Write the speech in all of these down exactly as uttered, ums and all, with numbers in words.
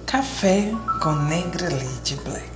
Café com Negra Lady Black.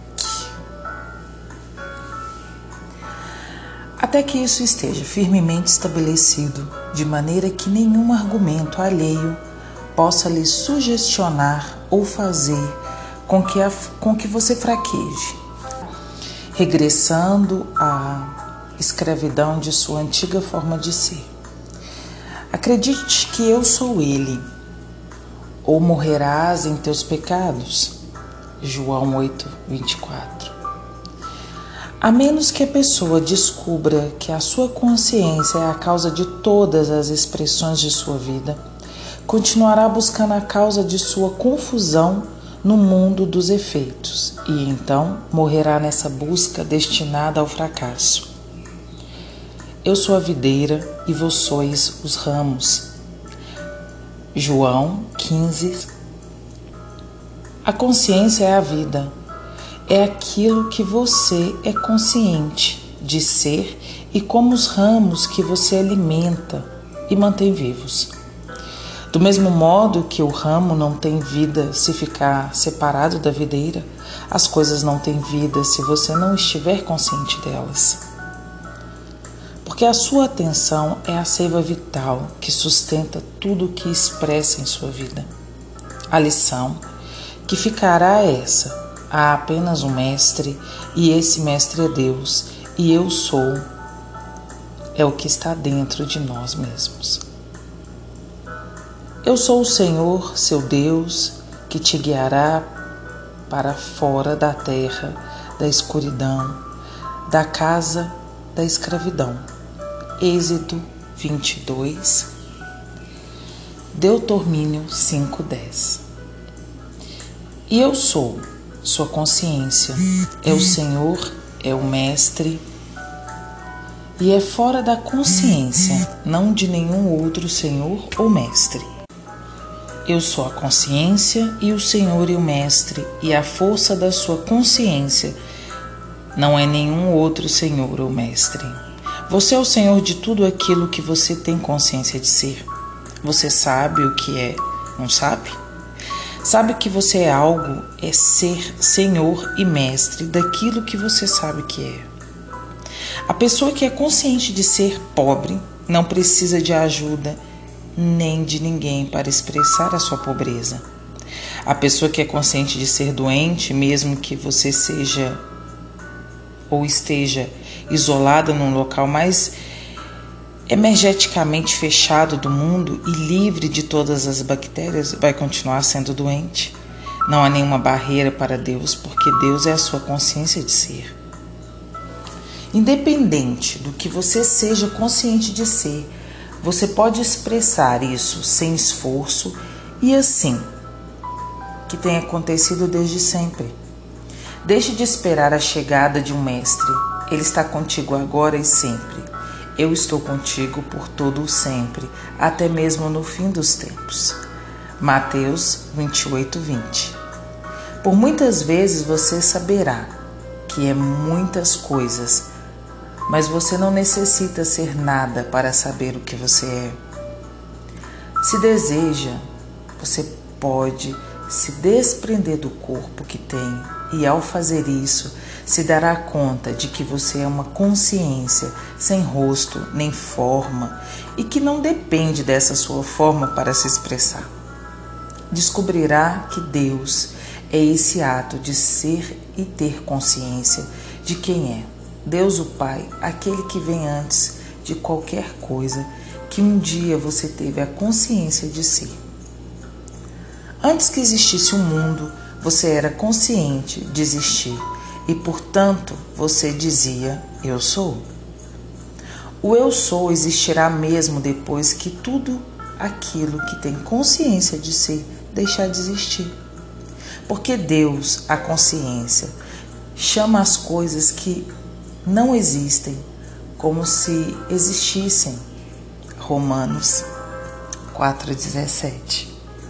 Até que isso esteja firmemente estabelecido, de maneira que nenhum argumento alheio possa lhe sugestionar ou fazer com que, a, com que você fraqueje, regressando à escravidão de sua antiga forma de ser. Acredite que eu sou Ele, ou morrerás em teus pecados. João oito, vinte e quatro. A menos que a pessoa descubra que a sua consciência é a causa de todas as expressões de sua vida, continuará buscando a causa de sua confusão no mundo dos efeitos, e então morrerá nessa busca destinada ao fracasso. Eu sou a videira e vós sois os ramos. João quinze. A consciência é a vida. É aquilo que você é consciente de ser e como os ramos que você alimenta e mantém vivos. Do mesmo modo que o ramo não tem vida se ficar separado da videira, as coisas não têm vida se você não estiver consciente delas. Porque a sua atenção é a seiva vital que sustenta tudo o que expressa em sua vida. A lição que ficará é essa: há apenas um mestre, e esse mestre é Deus, e eu sou é o que está dentro de nós mesmos. Eu sou o Senhor, seu Deus, que te guiará para fora da terra, da escuridão, da casa da escravidão. Êxodo vinte e dois, Deuteronômio cinco, dez. E eu sou sua consciência, é o Senhor, é o Mestre, e é fora da consciência, não de nenhum outro Senhor ou Mestre. Eu sou a consciência e o Senhor e o Mestre, e a força da sua consciência não é nenhum outro Senhor ou Mestre. Você é o Senhor de tudo aquilo que você tem consciência de ser. Você sabe o que é, não sabe? Sabe que você é algo, é ser Senhor e Mestre daquilo que você sabe que é. A pessoa que é consciente de ser pobre não precisa de ajuda nem de ninguém para expressar a sua pobreza. A pessoa que é consciente de ser doente, mesmo que você seja ou esteja isolada num local mais energeticamente fechado do mundo e livre de todas as bactérias, vai continuar sendo doente. Não há nenhuma barreira para Deus, porque Deus é a sua consciência de ser. Independente do que você seja consciente de ser, você pode expressar isso sem esforço e assim, que tem acontecido desde sempre. Deixe de esperar a chegada de um mestre. Ele está contigo agora e sempre. Eu estou contigo por todo o sempre, até mesmo no fim dos tempos. Mateus vinte e oito, vinte. Por muitas vezes você saberá que é muitas coisas, mas você não necessita ser nada para saber o que você é. Se deseja, você pode se desprender do corpo que tem e, ao fazer isso, se dará conta de que você é uma consciência sem rosto nem forma e que não depende dessa sua forma para se expressar. Descobrirá que Deus é esse ato de ser e ter consciência de quem é. Deus o Pai, aquele que vem antes de qualquer coisa que um dia você teve a consciência de si. Antes que existisse o mundo, você era consciente de existir e, portanto, você dizia, eu sou. O eu sou existirá mesmo depois que tudo aquilo que tem consciência de si deixar de existir. Porque Deus, a consciência, chama as coisas que não existem como se existissem. Romanos quatro, dezessete.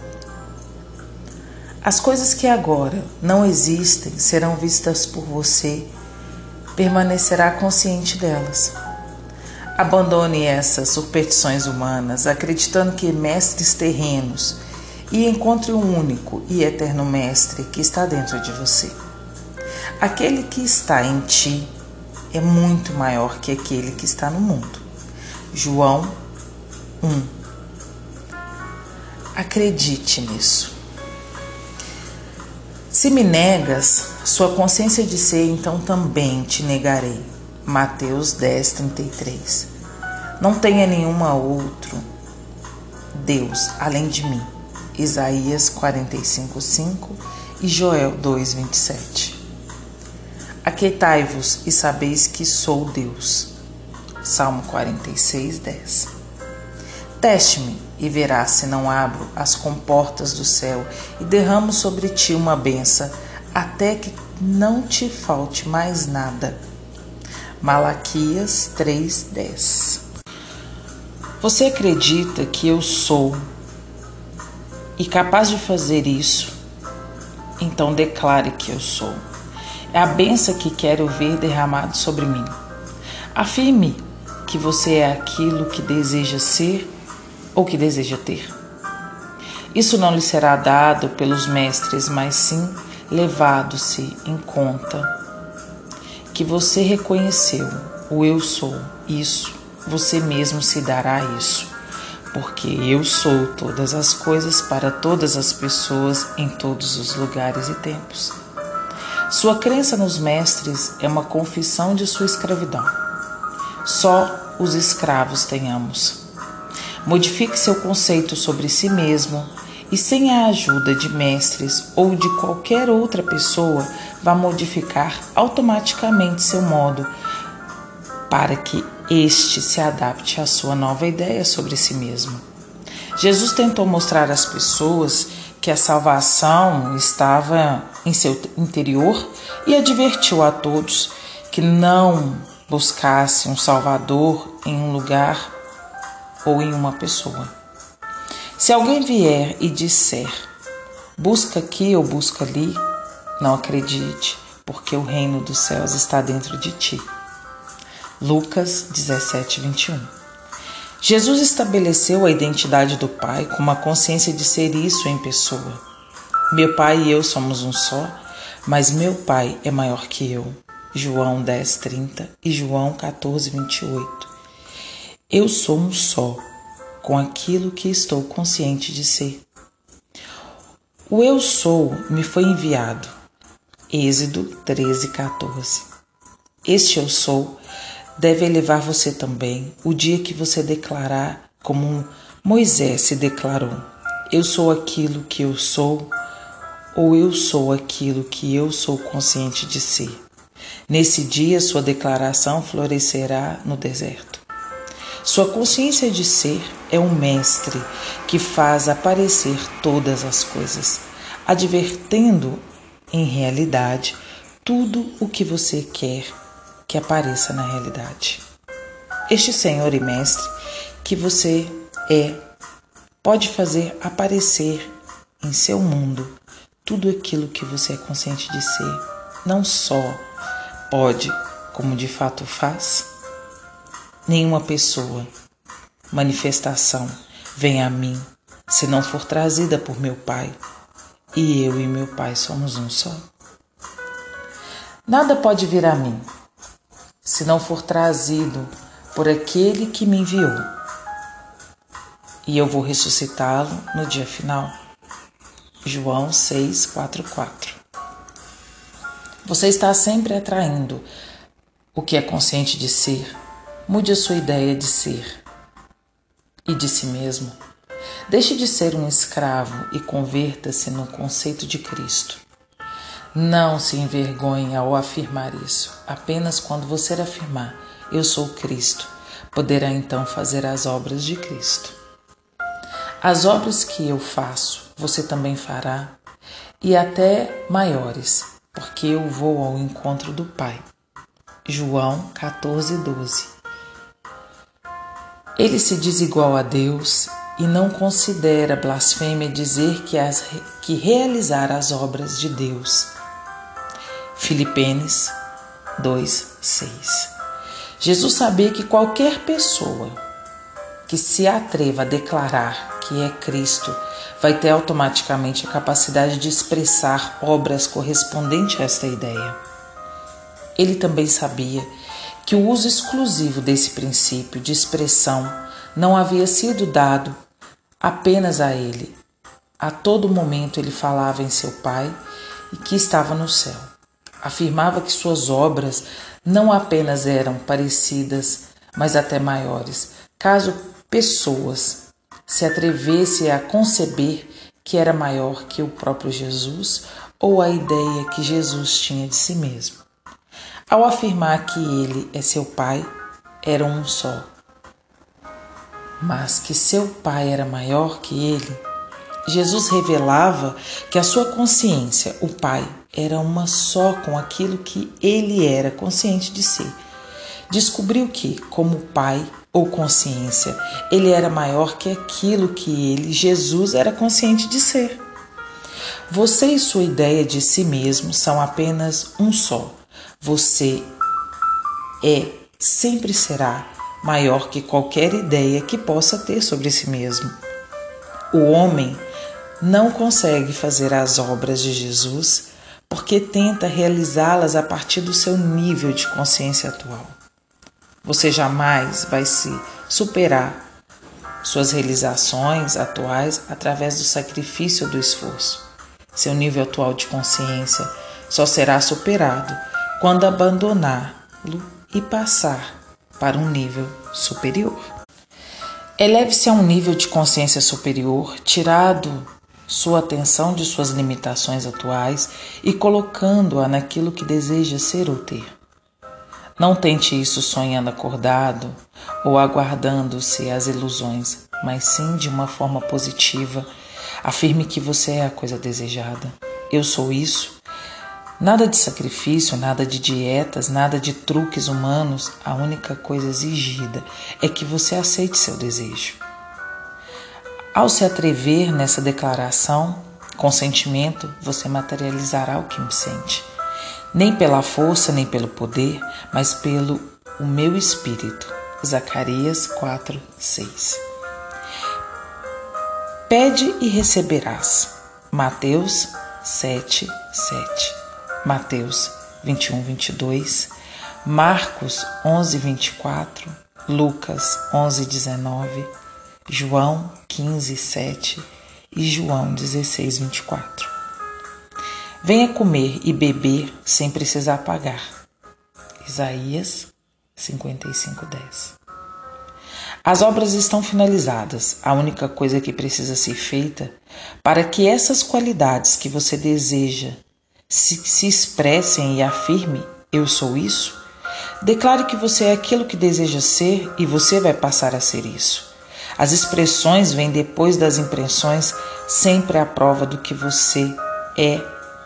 As coisas que agora não existem serão vistas por você, permanecerá consciente delas. Abandone essas superstições humanas, acreditando que mestres terrenos e encontre o único e eterno Mestre que está dentro de você. Aquele que está em ti é muito maior que aquele que está no mundo. João um. Acredite nisso. Se me negas, sua consciência de ser, então também te negarei. Mateus dez, trinta e três. Não tenha nenhuma outro Deus além de mim. Isaías quarenta e cinco, cinco e Joel dois, vinte e sete. Aquietai-vos e sabeis que sou Deus. Salmo quarenta e seis, dez. Teste-me e verás se não abro as comportas do céu e derramo sobre ti uma bênção, até que não te falte mais nada. Malaquias três, dez. Você acredita que eu sou e capaz de fazer isso? Então declare que eu sou. É a bênção que quero ver derramado sobre mim. Afirme que você é aquilo que deseja ser ou que deseja ter. Isso não lhe será dado pelos mestres, mas sim levado-se em conta que você reconheceu o eu sou. Isso, você mesmo se dará isso, porque eu sou todas as coisas para todas as pessoas em todos os lugares e tempos. Sua crença nos mestres é uma confissão de sua escravidão. Só os escravos tenhamos. Modifique seu conceito sobre si mesmo e, sem a ajuda de mestres ou de qualquer outra pessoa, vá modificar automaticamente seu modo para que este se adapte à sua nova ideia sobre si mesmo. Jesus tentou mostrar às pessoas que a salvação estava em seu interior e advertiu a todos que não buscasse um Salvador em um lugar ou em uma pessoa. Se alguém vier e disser, busca aqui ou busca ali, não acredite, porque o reino dos céus está dentro de ti. Lucas dezessete, vinte e um. Jesus estabeleceu a identidade do Pai com uma consciência de ser isso em pessoa. Meu Pai e eu somos um só, mas meu Pai é maior que eu. João dez, trinta e João quatorze, vinte e oito. Eu sou um só com aquilo que estou consciente de ser. O eu sou me foi enviado. Êxodo treze, quatorze. Este eu sou deve elevar você também o dia que você declarar como Moisés se declarou. Eu sou aquilo que eu sou, ou eu sou aquilo que eu sou consciente de ser. Nesse dia sua declaração florescerá no deserto. Sua consciência de ser é um mestre que faz aparecer todas as coisas, advertendo em realidade tudo o que você quer que apareça na realidade. Este Senhor e Mestre que você é pode fazer aparecer em seu mundo tudo aquilo que você é consciente de ser. Não só pode, como de fato faz. Nenhuma pessoa, manifestação, vem a mim se não for trazida por meu Pai, e eu e meu Pai somos um só. Nada pode vir a mim se não for trazido por aquele que me enviou, e eu vou ressuscitá-lo no dia final. João seis, quatro, quatro. Você está sempre atraindo o que é consciente de ser. Mude a sua ideia de ser e de si mesmo. Deixe de ser um escravo e converta-se no conceito de Cristo. Não se envergonhe ao afirmar isso. Apenas quando você afirmar, eu sou Cristo, poderá então fazer as obras de Cristo. As obras que eu faço, você também fará, e até maiores, porque eu vou ao encontro do Pai. João quatorze, doze. Ele se diz igual a Deus e não considera blasfêmia dizer que, as, que realizar as obras de Deus. Filipenses dois, seis. Jesus sabia que qualquer pessoa que se atreva a declarar que é Cristo vai ter automaticamente a capacidade de expressar obras correspondentes a esta ideia. Ele também sabia que o uso exclusivo desse princípio de expressão não havia sido dado apenas a ele. A todo momento ele falava em seu Pai e que estava no céu. Afirmava que suas obras não apenas eram parecidas, mas até maiores, caso pessoas se atrevessem a conceber que era maior que o próprio Jesus ou a ideia que Jesus tinha de si mesmo. Ao afirmar que ele é seu Pai, era um só, mas que seu Pai era maior que ele, Jesus revelava que a sua consciência, o Pai, era uma só com aquilo que ele era consciente de ser. Descobriu que, como Pai ou consciência, ele era maior que aquilo que ele, Jesus, era consciente de ser. Você e sua ideia de si mesmo são apenas um só. Você é, sempre será, maior que qualquer ideia que possa ter sobre si mesmo. O homem não consegue fazer as obras de Jesus porque tenta realizá-las a partir do seu nível de consciência atual. Você jamais vai se superar suas realizações atuais através do sacrifício ou do esforço. Seu nível atual de consciência só será superado quando abandoná-lo e passar para um nível superior. Eleve-se a um nível de consciência superior, tirado sua atenção de suas limitações atuais e colocando-a naquilo que deseja ser ou ter. Não tente isso sonhando acordado ou aguardando-se as ilusões, mas sim de uma forma positiva. Afirme que você é a coisa desejada. Eu sou isso. Nada de sacrifício, nada de dietas, nada de truques humanos. A única coisa exigida é que você aceite seu desejo. Ao se atrever nessa declaração, com sentimento, você materializará o que me sente. Nem pela força, nem pelo poder, mas pelo o meu espírito. Zacarias quatro, seis. Pede e receberás. Mateus sete, sete. Mateus vinte e um, vinte e dois, Marcos onze, vinte e quatro, Lucas onze, dezenove, João quinze, sete e João dezesseis, vinte e quatro. Venha comer e beber sem precisar pagar. Isaías cinquenta e cinco, dez. As obras estão finalizadas. A única coisa que precisa ser feita para que essas qualidades que você deseja Se, se expressem e afirme, eu sou isso. Declare que você é aquilo que deseja ser e você vai passar a ser isso. As expressões vêm depois das impressões, sempre à prova do que você é.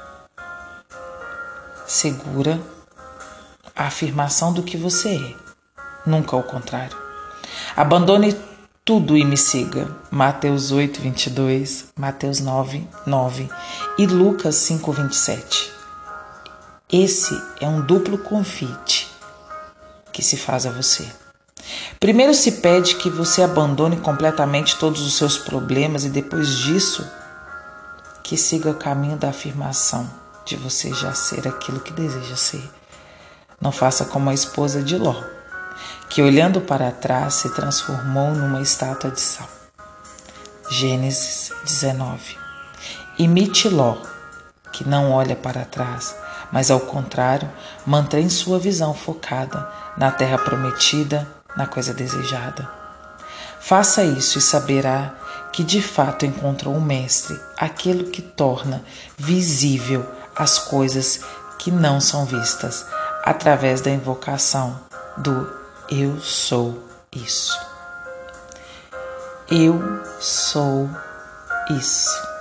Segura a afirmação do que você é, nunca ao contrário. Abandone tudo e me siga. Mateus oito, vinte e dois, Mateus nove, nove e Lucas cinco, vinte e sete. Esse é um duplo convite que se faz a você. Primeiro se pede que você abandone completamente todos os seus problemas e depois disso que siga o caminho da afirmação de você já ser aquilo que deseja ser. Não faça como a esposa de Ló, que olhando para trás se transformou numa estátua de sal. Gênesis dezenove. Imite Ló, que não olha para trás, mas ao contrário, mantém sua visão focada na terra prometida, na coisa desejada. Faça isso e saberá que de fato encontrou o Mestre, aquele que torna visível as coisas que não são vistas, através da invocação do Eu sou isso. Eu sou isso.